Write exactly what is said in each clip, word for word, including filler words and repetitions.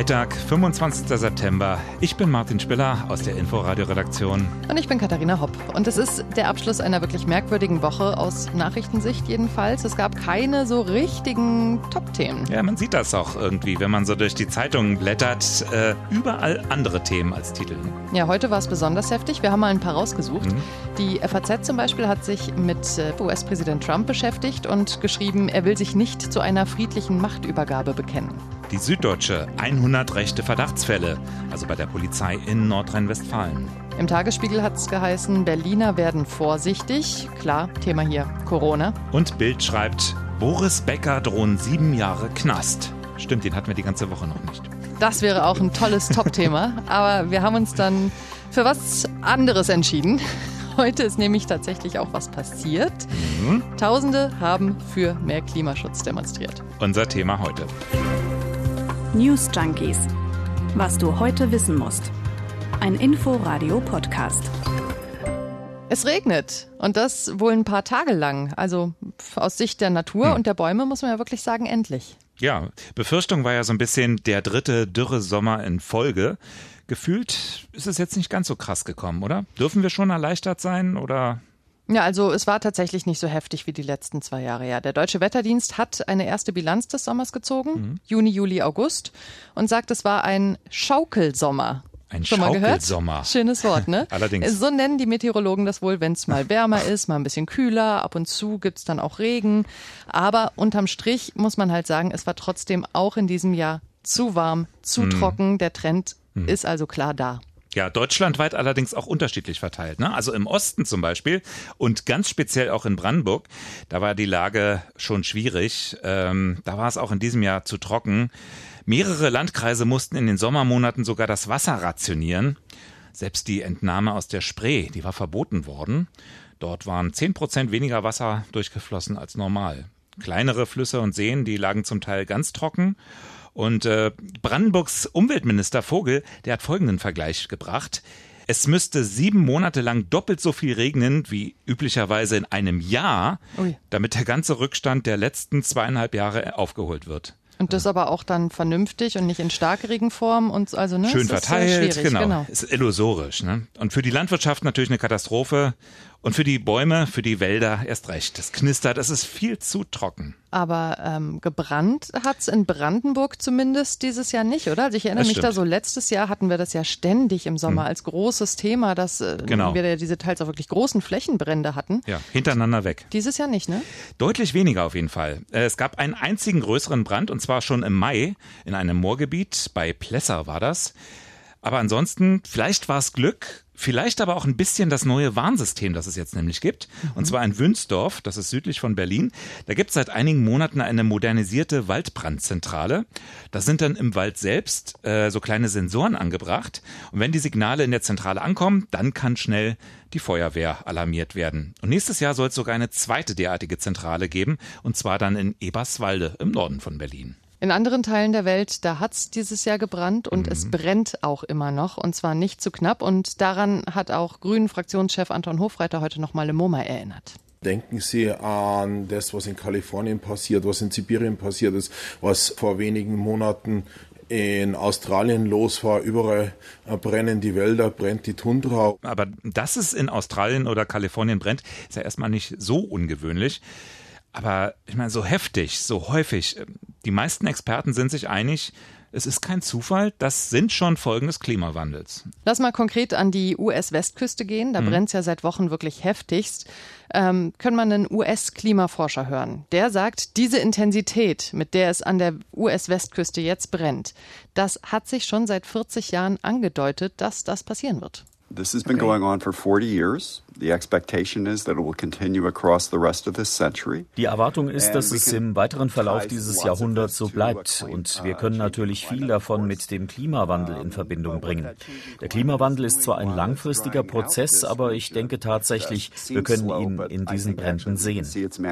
Freitag, fünfundzwanzigster September. Ich bin Martin Spiller aus der Inforadio-Redaktion. Und ich bin Katharina Hopp. Und es ist der Abschluss einer wirklich merkwürdigen Woche, aus Nachrichtensicht jedenfalls. Es gab keine so richtigen Top-Themen. Ja, man sieht das auch irgendwie, wenn man so durch die Zeitungen blättert. Äh, überall andere Themen als Titel. Ja, heute war es besonders heftig. Wir haben mal ein paar rausgesucht. Mhm. Die F A Z zum Beispiel hat sich mit U S-Präsident Trump beschäftigt und geschrieben, er will sich nicht zu einer friedlichen Machtübergabe bekennen. Die Süddeutsche, hundert rechte Verdachtsfälle, also bei der Polizei in Nordrhein-Westfalen. Im Tagesspiegel hat es geheißen, Berliner werden vorsichtig. Klar, Thema hier, Corona. Und Bild schreibt, Boris Becker drohen sieben Jahre Knast. Stimmt, den hatten wir die ganze Woche noch nicht. Das wäre auch ein tolles Top-Thema, aber wir haben uns dann für was anderes entschieden. Heute ist nämlich tatsächlich auch was passiert. Mhm. Tausende haben für mehr Klimaschutz demonstriert. Unser Thema heute. News Junkies. Was du heute wissen musst. Ein Info-Radio-Podcast. Es regnet und das wohl ein paar Tage lang. Also aus Sicht der Natur hm. und der Bäume muss man ja wirklich sagen, endlich. Ja, Befürchtung war ja so ein bisschen der dritte Dürresommer in Folge. Gefühlt ist es jetzt nicht ganz so krass gekommen, oder? Dürfen wir schon erleichtert sein, oder? Ja, also es war tatsächlich nicht so heftig wie die letzten zwei Jahre. Ja, der Deutsche Wetterdienst hat eine erste Bilanz des Sommers gezogen, mhm. Juni, Juli, August, und sagt, es war ein Schaukelsommer. Ein Schon mal gehört? Schaukelsommer. Schönes Wort, ne? Allerdings. So nennen die Meteorologen das wohl, wenn es mal wärmer ist, mal ein bisschen kühler, ab und zu gibt's dann auch Regen. Aber unterm Strich muss man halt sagen, es war trotzdem auch in diesem Jahr zu warm, zu mhm. trocken. Der Trend mhm. ist also klar da. Ja, deutschlandweit allerdings auch unterschiedlich verteilt, ne? Also im Osten zum Beispiel und ganz speziell auch in Brandenburg, da war die Lage schon schwierig. Ähm, da war es auch in diesem Jahr zu trocken. Mehrere Landkreise mussten in den Sommermonaten sogar das Wasser rationieren. Selbst die Entnahme aus der Spree, die war verboten worden. Dort waren zehn Prozent weniger Wasser durchgeflossen als normal. Kleinere Flüsse und Seen, die lagen zum Teil ganz trocken. Und äh, Brandenburgs Umweltminister Vogel, der hat folgenden Vergleich gebracht. Es müsste sieben Monate lang doppelt so viel regnen wie üblicherweise in einem Jahr, Ui. damit der ganze Rückstand der letzten zweieinhalb Jahre aufgeholt wird. Und das aber auch dann vernünftig und nicht in Starkregenform und also ne, schön verteilt, genau. genau. Ist illusorisch, ne? Und für die Landwirtschaft natürlich eine Katastrophe und für die Bäume, für die Wälder erst recht. Es knistert, es ist viel zu trocken. Aber ähm, gebrannt hat's in Brandenburg zumindest dieses Jahr nicht, oder? Also ich erinnere das mich stimmt. da so, letztes Jahr hatten wir das ja ständig im Sommer hm. als großes Thema, dass äh, genau. wir ja diese teils auch wirklich großen Flächenbrände hatten. Ja, hintereinander weg. Dieses Jahr nicht, ne? Deutlich weniger auf jeden Fall. Es gab einen einzigen größeren Brand und zwar schon im Mai in einem Moorgebiet, bei Plesser war das. Aber ansonsten, vielleicht war es Glück, vielleicht aber auch ein bisschen das neue Warnsystem, das es jetzt nämlich gibt. Mhm. Und zwar in Wünsdorf, das ist südlich von Berlin. Da gibt es seit einigen Monaten eine modernisierte Waldbrandzentrale. Da sind dann im Wald selbst äh, so kleine Sensoren angebracht. Und wenn die Signale in der Zentrale ankommen, dann kann schnell die Feuerwehr alarmiert werden. Und nächstes Jahr soll es sogar eine zweite derartige Zentrale geben. Und zwar dann in Eberswalde im Norden von Berlin. In anderen Teilen der Welt, da hat's dieses Jahr gebrannt und mhm. es brennt auch immer noch und zwar nicht zu knapp. Und daran hat auch Grünen-Fraktionschef Anton Hofreiter heute nochmal im MoMA erinnert. Denken Sie an das, was in Kalifornien passiert, was in Sibirien passiert ist, was vor wenigen Monaten in Australien los war. Überall brennen die Wälder, brennt die Tundra. Aber dass es in Australien oder Kalifornien brennt, ist ja erstmal nicht so ungewöhnlich. Aber ich meine, so heftig, so häufig, die meisten Experten sind sich einig, es ist kein Zufall, das sind schon Folgen des Klimawandels. Lass mal konkret an die U S-Westküste gehen, da mhm. brennt es ja seit Wochen wirklich heftigst. Ähm, können wir einen U S-Klimaforscher hören. Der sagt, diese Intensität, mit der es an der U S-Westküste jetzt brennt, das hat sich schon seit vierzig Jahren angedeutet, dass das passieren wird. This has been going on for forty years. The expectation is that it will continue across the rest of this century. Die Erwartung ist, dass es im weiteren Verlauf dieses Jahrhunderts so bleibt. Und wir können natürlich viel davon mit dem Klimawandel in Verbindung bringen. Der Klimawandel ist zwar ein langfristiger Prozess, aber ich denke tatsächlich, wir können ihn in diesen Bränden sehen.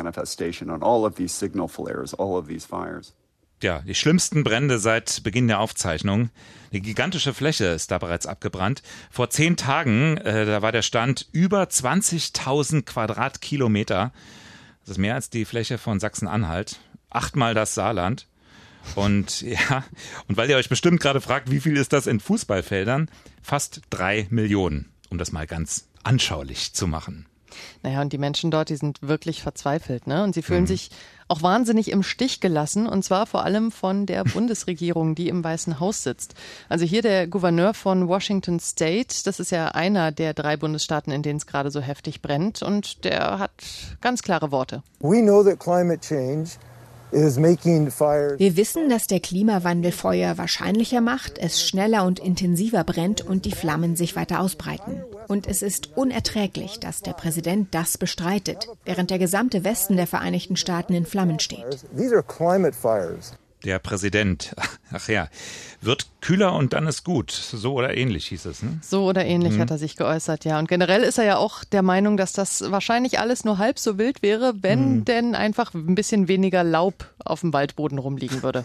Ja, die schlimmsten Brände seit Beginn der Aufzeichnung. Eine gigantische Fläche ist da bereits abgebrannt. Vor zehn Tagen, äh, da war der Stand über zwanzigtausend Quadratkilometer. Das ist mehr als die Fläche von Sachsen-Anhalt. Achtmal das Saarland. Und ja, und weil ihr euch bestimmt gerade fragt, wie viel ist das in Fußballfeldern? Fast drei Millionen, um das mal ganz anschaulich zu machen. Naja, und die Menschen dort, die sind wirklich verzweifelt, ne? Und sie fühlen Mhm. sich auch wahnsinnig im Stich gelassen, und zwar vor allem von der Bundesregierung, die im Weißen Haus sitzt. Also hier der Gouverneur von Washington State, das ist ja einer der drei Bundesstaaten, in denen es gerade so heftig brennt, und der hat ganz klare Worte. We know that climate change is making fires. Wir wissen, dass der Klimawandel Feuer wahrscheinlicher macht, es schneller und intensiver brennt und die Flammen sich weiter ausbreiten. Und es ist unerträglich, dass der Präsident das bestreitet, während der gesamte Westen der Vereinigten Staaten in Flammen steht. These are climate fires. Der Präsident, ach ja, wird kühler und dann ist gut. So oder ähnlich hieß es, ne? So oder ähnlich Mhm. hat er sich geäußert, ja. Und generell ist er ja auch der Meinung, dass das wahrscheinlich alles nur halb so wild wäre, wenn Mhm. denn einfach ein bisschen weniger Laub auf dem Waldboden rumliegen würde.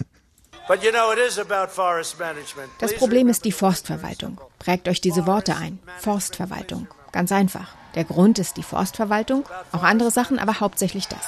Das Problem ist die Forstverwaltung. Prägt euch diese Worte ein. Forstverwaltung. Ganz einfach. Der Grund ist die Forstverwaltung, auch andere Sachen, aber hauptsächlich das.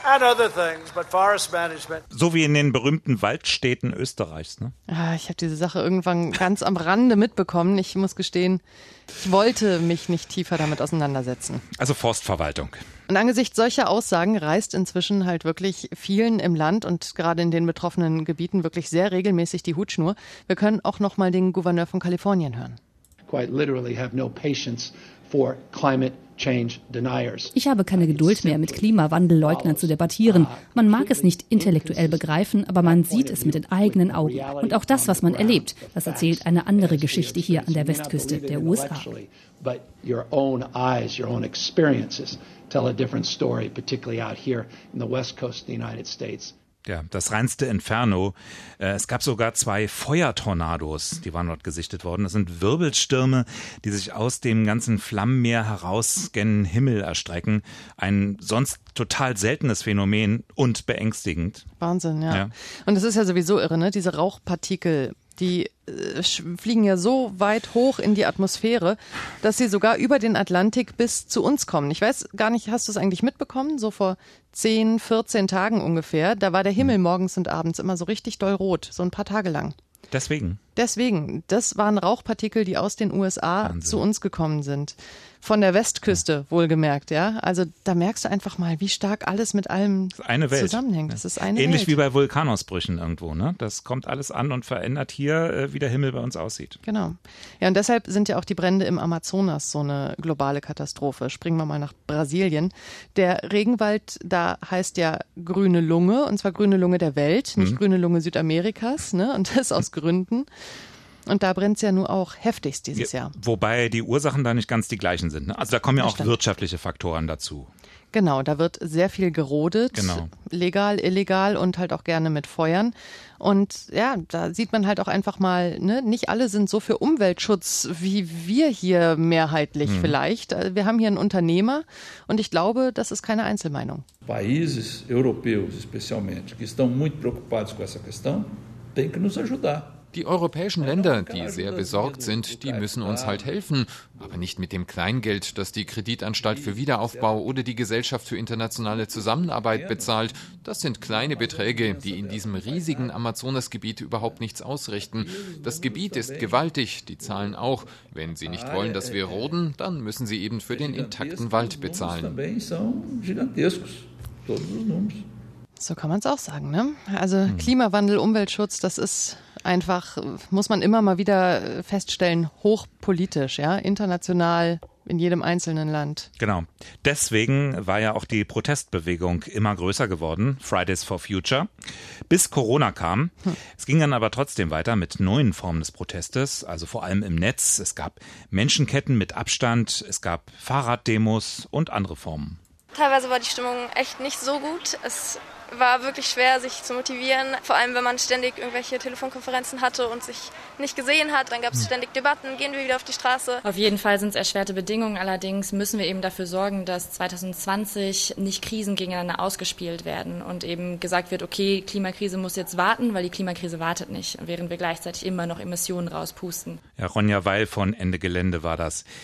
So wie in den berühmten Waldstädten Österreichs, ne? Ah, ich habe diese Sache irgendwann ganz am Rande mitbekommen. Ich muss gestehen, ich wollte mich nicht tiefer damit auseinandersetzen. Also Forstverwaltung. Und angesichts solcher Aussagen reißt inzwischen halt wirklich vielen im Land und gerade in den betroffenen Gebieten wirklich sehr regelmäßig die Hutschnur. Wir können auch noch mal den Gouverneur von Kalifornien hören. Quite literally have no patience for climate change deniers. Ich habe keine Geduld mehr, mit Klimawandelleugnern zu debattieren. Man mag es nicht intellektuell begreifen, aber man sieht es mit den eigenen Augen. Und auch das, was man erlebt, das erzählt eine andere Geschichte hier an der Westküste der U S A. But your own eyes, your own experiences tell a different story, particularly out here in the west coast of the United States. Ja, das reinste Inferno. Es gab sogar zwei Feuertornados, die waren dort gesichtet worden. Das sind Wirbelstürme, die sich aus dem ganzen Flammenmeer heraus gen Himmel erstrecken. Ein sonst total seltenes Phänomen und beängstigend. Wahnsinn, ja. Ja. Und es ist ja sowieso irre, ne? Diese Rauchpartikel, die äh, fliegen ja so weit hoch in die Atmosphäre, dass sie sogar über den Atlantik bis zu uns kommen. Ich weiß gar nicht, hast du es eigentlich mitbekommen? So vor zehn, vierzehn Tagen ungefähr, da war der Himmel morgens und abends immer so richtig doll rot, so ein paar Tage lang. Deswegen. Deswegen, das waren Rauchpartikel, die aus den U S A Wahnsinn. zu uns gekommen sind. Von der Westküste, wohlgemerkt, ja. Also da merkst du einfach mal, wie stark alles mit allem Eine Welt. zusammenhängt. Das ist eine Ähnlich Welt. wie bei Vulkanausbrüchen irgendwo, ne? Das kommt alles an und verändert hier, äh, wie der Himmel bei uns aussieht. Genau. Ja, und deshalb sind ja auch die Brände im Amazonas so eine globale Katastrophe. Springen wir mal nach Brasilien. Der Regenwald da heißt ja grüne Lunge, und zwar grüne Lunge der Welt, nicht Mhm. grüne Lunge Südamerikas, ne? Und das aus Gründen. Und da brennt es ja nur auch heftigst dieses Ja, Jahr. wobei die Ursachen da nicht ganz die gleichen sind, ne? Also da kommen ja Das auch stimmt. wirtschaftliche Faktoren dazu. Genau, da wird sehr viel gerodet, Genau. legal, illegal und halt auch gerne mit Feuern. Und ja, da sieht man halt auch einfach mal, ne, nicht alle sind so für Umweltschutz wie wir hier mehrheitlich Mhm. vielleicht. Also wir haben hier einen Unternehmer und ich glaube, das ist keine Einzelmeinung. Países europeus, especialmente, que estão muito preocupados com essa questão, têm que nos ajudar. Die europäischen Länder, die sehr besorgt sind, die müssen uns halt helfen, aber nicht mit dem Kleingeld, das die Kreditanstalt für Wiederaufbau oder die Gesellschaft für internationale Zusammenarbeit bezahlt. Das sind kleine Beträge, die in diesem riesigen Amazonasgebiet überhaupt nichts ausrichten. Das Gebiet ist gewaltig, die zahlen auch. Wenn sie nicht wollen, dass wir roden, dann müssen sie eben für den intakten Wald bezahlen. Também são gigantescos, todos os números. So kann man es auch sagen, ne? Also Klimawandel, Umweltschutz, das ist einfach, muss man immer mal wieder feststellen, hochpolitisch, ja, international, in jedem einzelnen Land. Genau. Deswegen war ja auch die Protestbewegung immer größer geworden, Fridays for Future, bis Corona kam. Hm. Es ging dann aber trotzdem weiter mit neuen Formen des Protestes, also vor allem im Netz. Es gab Menschenketten mit Abstand, es gab Fahrraddemos und andere Formen. Teilweise war die Stimmung echt nicht so gut. Es war wirklich schwer, sich zu motivieren. Vor allem, wenn man ständig irgendwelche Telefonkonferenzen hatte und sich nicht gesehen hat. Dann gab es ständig Debatten, gehen wir wieder auf die Straße. Auf jeden Fall sind es erschwerte Bedingungen. Allerdings müssen wir eben dafür sorgen, dass zwanzig zwanzig nicht Krisen gegeneinander ausgespielt werden und eben gesagt wird, okay, Klimakrise muss jetzt warten, weil die Klimakrise wartet nicht, während wir gleichzeitig immer noch Emissionen rauspusten. Ja, Ronja Weil von Ende Gelände war das.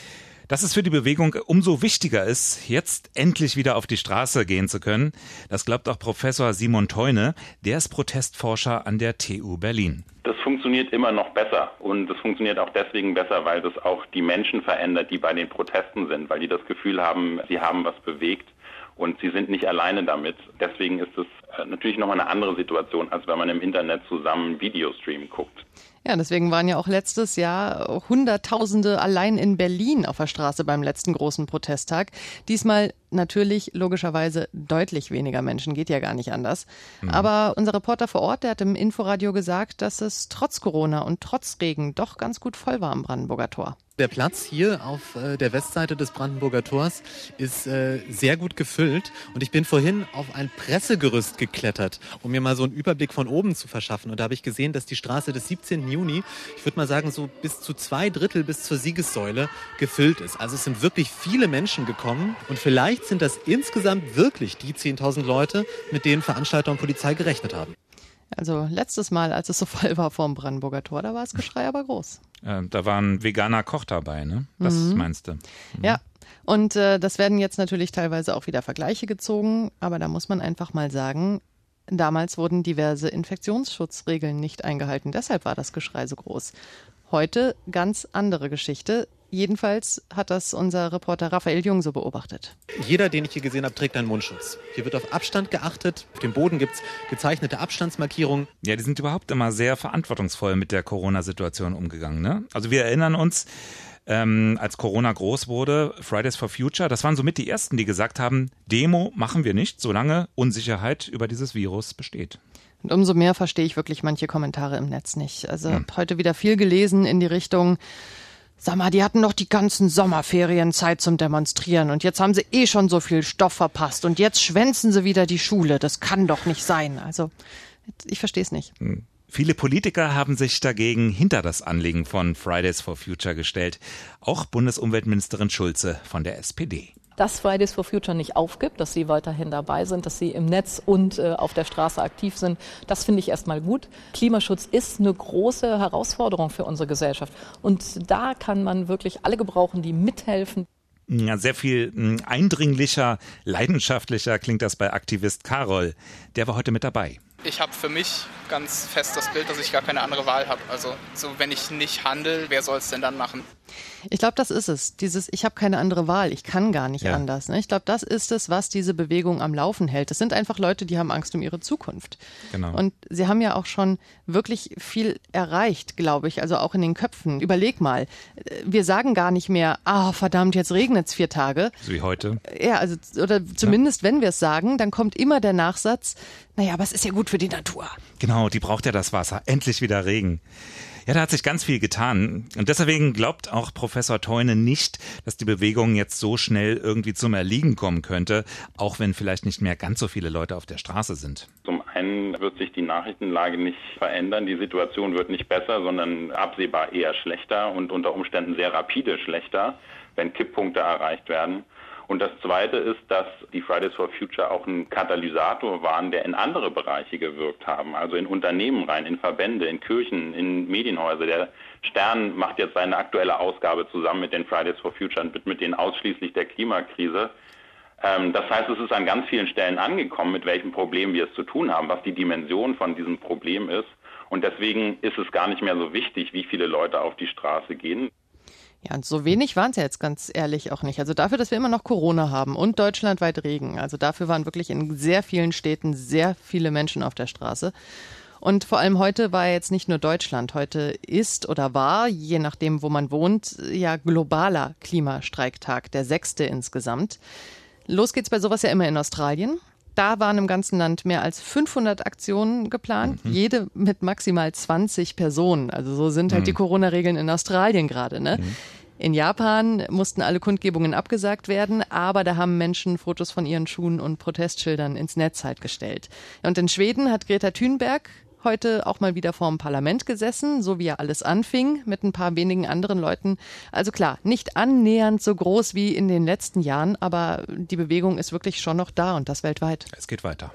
Dass es für die Bewegung umso wichtiger ist, jetzt endlich wieder auf die Straße gehen zu können, das glaubt auch Professor Simon Theune, der ist Protestforscher an der T U Berlin. Das funktioniert immer noch besser und es funktioniert auch deswegen besser, weil das auch die Menschen verändert, die bei den Protesten sind, weil die das Gefühl haben, sie haben was bewegt und sie sind nicht alleine damit. Deswegen ist es natürlich nochmal eine andere Situation, als wenn man im Internet zusammen Videostream guckt. Ja, deswegen waren ja auch letztes Jahr Hunderttausende allein in Berlin auf der Straße beim letzten großen Protesttag. Diesmal natürlich logischerweise deutlich weniger Menschen, geht ja gar nicht anders. Mhm. Aber unser Reporter vor Ort, der hat im Inforadio gesagt, dass es trotz Corona und trotz Regen doch ganz gut voll war am Brandenburger Tor. Der Platz hier auf äh, der Westseite des Brandenburger Tors ist äh, sehr gut gefüllt und ich bin vorhin auf ein Pressegerüst geklettert, um mir mal so einen Überblick von oben zu verschaffen. Und da habe ich gesehen, dass die Straße des siebzehnten Juni, ich würde mal sagen, so bis zu zwei Drittel bis zur Siegessäule gefüllt ist. Also es sind wirklich viele Menschen gekommen und vielleicht sind das insgesamt wirklich die zehntausend Leute, mit denen Veranstalter und Polizei gerechnet haben. Also letztes Mal, als es so voll war vor dem Brandenburger Tor, da war das Geschrei aber groß. Äh, da war ein veganer Koch dabei, ne? Das mhm. meinst du? Mhm. Ja, und äh, das werden jetzt natürlich teilweise auch wieder Vergleiche gezogen, aber da muss man einfach mal sagen, damals wurden diverse Infektionsschutzregeln nicht eingehalten, deshalb war das Geschrei so groß. Heute ganz andere Geschichte. Jedenfalls hat das unser Reporter Raphael Jung so beobachtet. Jeder, den ich hier gesehen habe, trägt einen Mundschutz. Hier wird auf Abstand geachtet. Auf dem Boden gibt es gezeichnete Abstandsmarkierungen. Ja, die sind überhaupt immer sehr verantwortungsvoll mit der Corona-Situation umgegangen, ne? Also wir erinnern uns, ähm, als Corona groß wurde, Fridays for Future, das waren somit die Ersten, die gesagt haben, Demo machen wir nicht, solange Unsicherheit über dieses Virus besteht. Und umso mehr verstehe ich wirklich manche Kommentare im Netz nicht. Also hm. habe heute wieder viel gelesen in die Richtung, sag mal, die hatten doch die ganzen Sommerferien Zeit zum Demonstrieren und jetzt haben sie eh schon so viel Stoff verpasst und jetzt schwänzen sie wieder die Schule. Das kann doch nicht sein. Also ich verstehe es nicht. Hm. Viele Politiker haben sich dagegen hinter das Anliegen von Fridays for Future gestellt. Auch Bundesumweltministerin Schulze von der S P D. Dass Fridays for Future nicht aufgibt, dass sie weiterhin dabei sind, dass sie im Netz und äh, auf der Straße aktiv sind, das finde ich erstmal gut. Klimaschutz ist eine große Herausforderung für unsere Gesellschaft. Und da kann man wirklich alle gebrauchen, die mithelfen. Ja, sehr viel eindringlicher, leidenschaftlicher klingt das bei Aktivist Karol. Der war heute mit dabei. Ich habe für mich ganz fest das Bild, dass ich gar keine andere Wahl habe. Also so, wenn ich nicht handle, wer soll es denn dann machen? Ich glaube, das ist es. Dieses, ich habe keine andere Wahl, ich kann gar nicht ja. anders. Ne? Ich glaube, das ist es, was diese Bewegung am Laufen hält. Das sind einfach Leute, die haben Angst um ihre Zukunft. Genau. Und sie haben ja auch schon wirklich viel erreicht, glaube ich, also auch in den Köpfen. Überleg mal, wir sagen gar nicht mehr, ah, verdammt, jetzt regnet es vier Tage. So wie heute. Ja, also oder zumindest, ja. wenn wir es sagen, dann kommt immer der Nachsatz, naja, aber es ist ja gut für die Natur. Genau, die braucht ja das Wasser. Endlich wieder Regen. Ja, da hat sich ganz viel getan. Und deswegen glaubt auch Professor Theune nicht, dass die Bewegung jetzt so schnell irgendwie zum Erliegen kommen könnte, auch wenn vielleicht nicht mehr ganz so viele Leute auf der Straße sind. Zum einen wird sich die Nachrichtenlage nicht verändern. Die Situation wird nicht besser, sondern absehbar eher schlechter und unter Umständen sehr rapide schlechter, wenn Kipppunkte erreicht werden. Und das Zweite ist, dass die Fridays for Future auch ein Katalysator waren, der in andere Bereiche gewirkt haben, also in Unternehmen rein, in Verbände, in Kirchen, in Medienhäuser. Der Stern macht jetzt seine aktuelle Ausgabe zusammen mit den Fridays for Future und mit denen ausschließlich der Klimakrise. Ähm, das heißt, es ist an ganz vielen Stellen angekommen, mit welchem Problem wir es zu tun haben, was die Dimension von diesem Problem ist. Und deswegen ist es gar nicht mehr so wichtig, wie viele Leute auf die Straße gehen. Ja, und so wenig waren es ja jetzt ganz ehrlich auch nicht. Also dafür, dass wir immer noch Corona haben und deutschlandweit Regen. Also dafür waren wirklich in sehr vielen Städten sehr viele Menschen auf der Straße. Und vor allem heute war jetzt nicht nur Deutschland. Heute ist oder war, je nachdem, wo man wohnt, ja globaler Klimastreiktag, der sechste insgesamt. Los geht's bei sowas ja immer in Australien. Da waren im ganzen Land mehr als fünfhundert Aktionen geplant, mhm. jede mit maximal zwanzig Personen. Also so sind halt mhm. die Corona-Regeln in Australien gerade, ne? Mhm. In Japan mussten alle Kundgebungen abgesagt werden, aber da haben Menschen Fotos von ihren Schuhen und Protestschildern ins Netz halt gestellt. Und in Schweden hat Greta Thunberg heute auch mal wieder vor dem Parlament gesessen, so wie ja alles anfing, mit ein paar wenigen anderen Leuten. Also klar, nicht annähernd so groß wie in den letzten Jahren, aber die Bewegung ist wirklich schon noch da und das weltweit. Es geht weiter.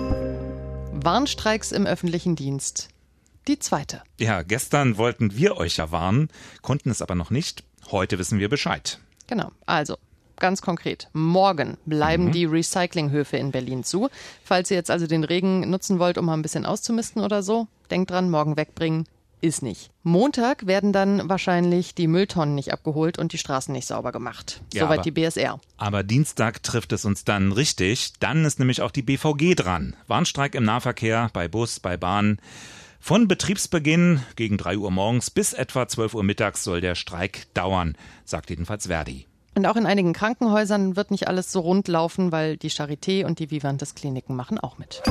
Warnstreiks im öffentlichen Dienst. Die zweite. Ja, gestern wollten wir euch ja warnen, konnten es aber noch nicht. Heute wissen wir Bescheid. Genau, also ganz konkret, morgen bleiben Mhm. die Recyclinghöfe in Berlin zu. Falls ihr jetzt also den Regen nutzen wollt, um mal ein bisschen auszumisten oder so, denkt dran, morgen wegbringen ist nicht. Montag werden dann wahrscheinlich die Mülltonnen nicht abgeholt und die Straßen nicht sauber gemacht. Ja, Soweit aber- die B S R. Aber Dienstag trifft es uns dann richtig. Dann ist nämlich auch die B V G dran. Warnstreik im Nahverkehr, bei Bus, bei Bahn. Von Betriebsbeginn gegen drei Uhr morgens bis etwa zwölf Uhr mittags soll der Streik dauern, sagt jedenfalls Verdi. Und auch in einigen Krankenhäusern wird nicht alles so rund laufen, weil die Charité und die Vivantes Kliniken machen auch mit.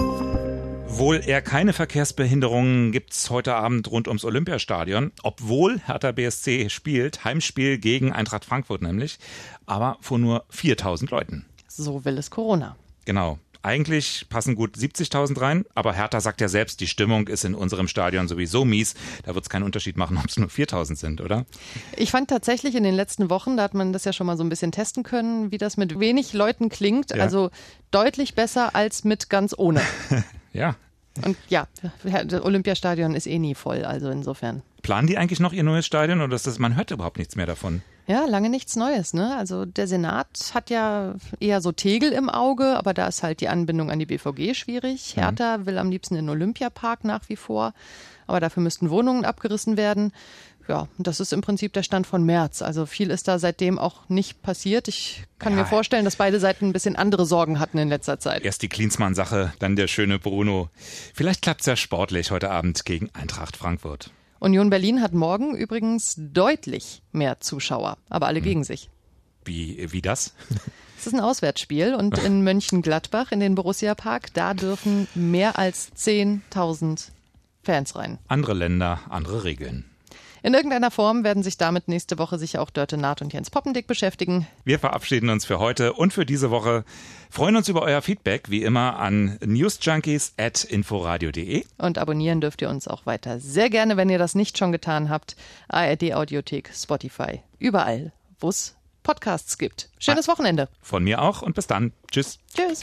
Wohl eher keine Verkehrsbehinderungen gibt's heute Abend rund ums Olympiastadion, obwohl Hertha B S C spielt, Heimspiel gegen Eintracht Frankfurt nämlich, aber vor nur viertausend Leuten. So will es Corona. Genau. Eigentlich passen gut siebzigtausend rein, aber Hertha sagt ja selbst, die Stimmung ist in unserem Stadion sowieso mies. Da wird es keinen Unterschied machen, ob es nur viertausend sind, oder? Ich fand tatsächlich in den letzten Wochen, da hat man das ja schon mal so ein bisschen testen können, wie das mit wenig Leuten klingt. Ja. Also deutlich besser als mit ganz ohne. Ja. Und ja, das Olympiastadion ist eh nie voll, also insofern. Planen die eigentlich noch ihr neues Stadion oder ist das, man hört überhaupt nichts mehr davon? Ja, lange nichts Neues, ne? Also der Senat hat ja eher so Tegel im Auge, aber da ist halt die Anbindung an die B V G schwierig. Hertha will am liebsten den Olympiapark nach wie vor, aber dafür müssten Wohnungen abgerissen werden. Ja, und das ist im Prinzip der Stand von März. Also viel ist da seitdem auch nicht passiert. Ich kann Ja. mir vorstellen, dass beide Seiten ein bisschen andere Sorgen hatten in letzter Zeit. Erst die Klinsmann-Sache, dann der schöne Bruno. Vielleicht klappt's ja sportlich heute Abend gegen Eintracht Frankfurt. Union Berlin hat morgen übrigens deutlich mehr Zuschauer, aber alle gegen sich. Wie, wie das? Es ist ein Auswärtsspiel und in Mönchengladbach in den Borussia-Park, da dürfen mehr als zehntausend Fans rein. Andere Länder, andere Regeln. In irgendeiner Form werden sich damit nächste Woche sicher auch Dörte Naht und Jens Poppendick beschäftigen. Wir verabschieden uns für heute und für diese Woche. Freuen uns über euer Feedback, wie immer, an newsjunkies at inforadio punkt de. Und abonnieren dürft ihr uns auch weiter sehr gerne, wenn ihr das nicht schon getan habt. A R D Audiothek, Spotify, überall, wo es Podcasts gibt. Schönes Wochenende. Von mir auch und bis dann. Tschüss. Tschüss.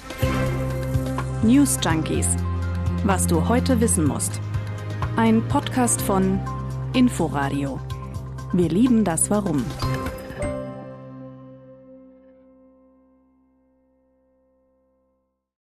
News Junkies. Was du heute wissen musst. Ein Podcast von Inforadio. Wir lieben das Warum.